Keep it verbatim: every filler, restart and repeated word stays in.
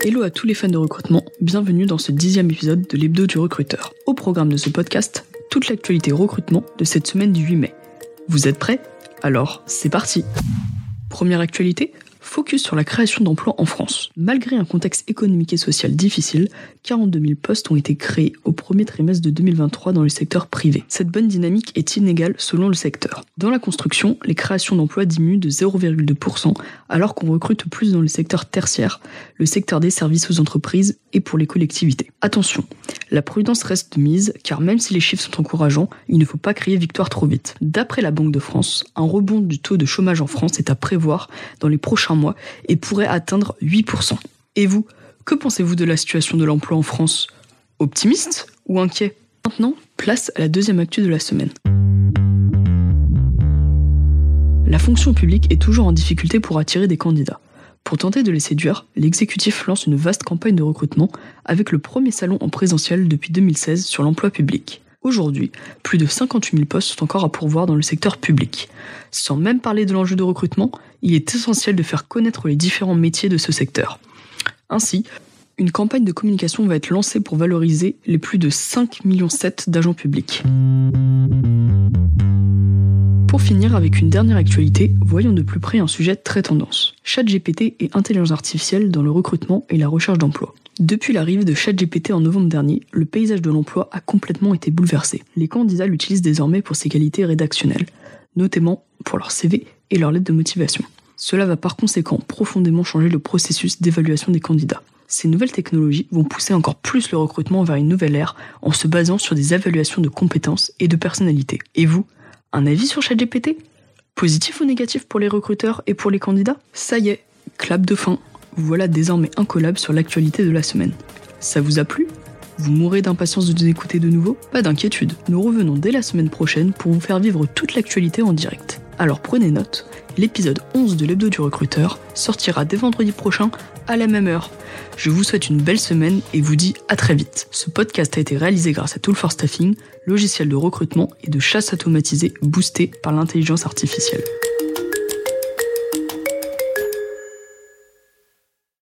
Hello à tous les fans de recrutement, bienvenue dans ce dixième épisode de l'Hebdo du recruteur. Au programme de ce podcast, toute l'actualité recrutement de cette semaine du huit mai. Vous êtes prêts ? Alors, c'est parti ! Première actualité, focus sur la création d'emplois en France. Malgré un contexte économique et social difficile, quarante-deux mille postes ont été créés au premier trimestre de deux mille vingt-trois dans le secteur privé. Cette bonne dynamique est inégale selon le secteur. Dans la construction, les créations d'emplois diminuent de zéro virgule deux pour cent alors qu'on recrute plus dans le secteur tertiaire, le secteur des services aux entreprises et pour les collectivités. Attention, la prudence reste de mise car même si les chiffres sont encourageants, il ne faut pas crier victoire trop vite. D'après la Banque de France, un rebond du taux de chômage en France est à prévoir dans les prochains mois et pourrait atteindre huit pour cent. Et vous, que pensez-vous de la situation de l'emploi en France ? Optimiste ou inquiet ? Maintenant, place à la deuxième actu de la semaine. La fonction publique est toujours en difficulté pour attirer des candidats. Pour tenter de les séduire, l'exécutif lance une vaste campagne de recrutement avec le premier salon en présentiel depuis deux mille seize sur l'emploi public. Aujourd'hui, plus de cinquante-huit mille postes sont encore à pourvoir dans le secteur public. Sans même parler de l'enjeu de recrutement, il est essentiel de faire connaître les différents métiers de ce secteur. Ainsi, une campagne de communication va être lancée pour valoriser les plus de cinq virgule sept millions d'agents publics. Pour finir avec une dernière actualité, voyons de plus près un sujet très tendance. ChatGPT et intelligence artificielle dans le recrutement et la recherche d'emploi. Depuis l'arrivée de ChatGPT en novembre dernier, le paysage de l'emploi a complètement été bouleversé. Les candidats l'utilisent désormais pour ses qualités rédactionnelles, notamment pour leur C V et leur lettre de motivation. Cela va par conséquent profondément changer le processus d'évaluation des candidats. Ces nouvelles technologies vont pousser encore plus le recrutement vers une nouvelle ère en se basant sur des évaluations de compétences et de personnalité. Et vous, un avis sur ChatGPT ? Positif ou négatif pour les recruteurs et pour les candidats ? Ça y est, clap de fin. Vous voilà désormais incollable sur l'actualité de la semaine. Ça vous a plu ? Vous mourrez d'impatience de nous écouter de nouveau ? Pas d'inquiétude, nous revenons dès la semaine prochaine pour vous faire vivre toute l'actualité en direct. Alors prenez note, l'épisode onze de l'Hebdo du recruteur sortira dès vendredi prochain à la même heure. Je vous souhaite une belle semaine et vous dis à très vite. Ce podcast a été réalisé grâce à Tool for Staffing, logiciel de recrutement et de chasse automatisé boosté par l'intelligence artificielle.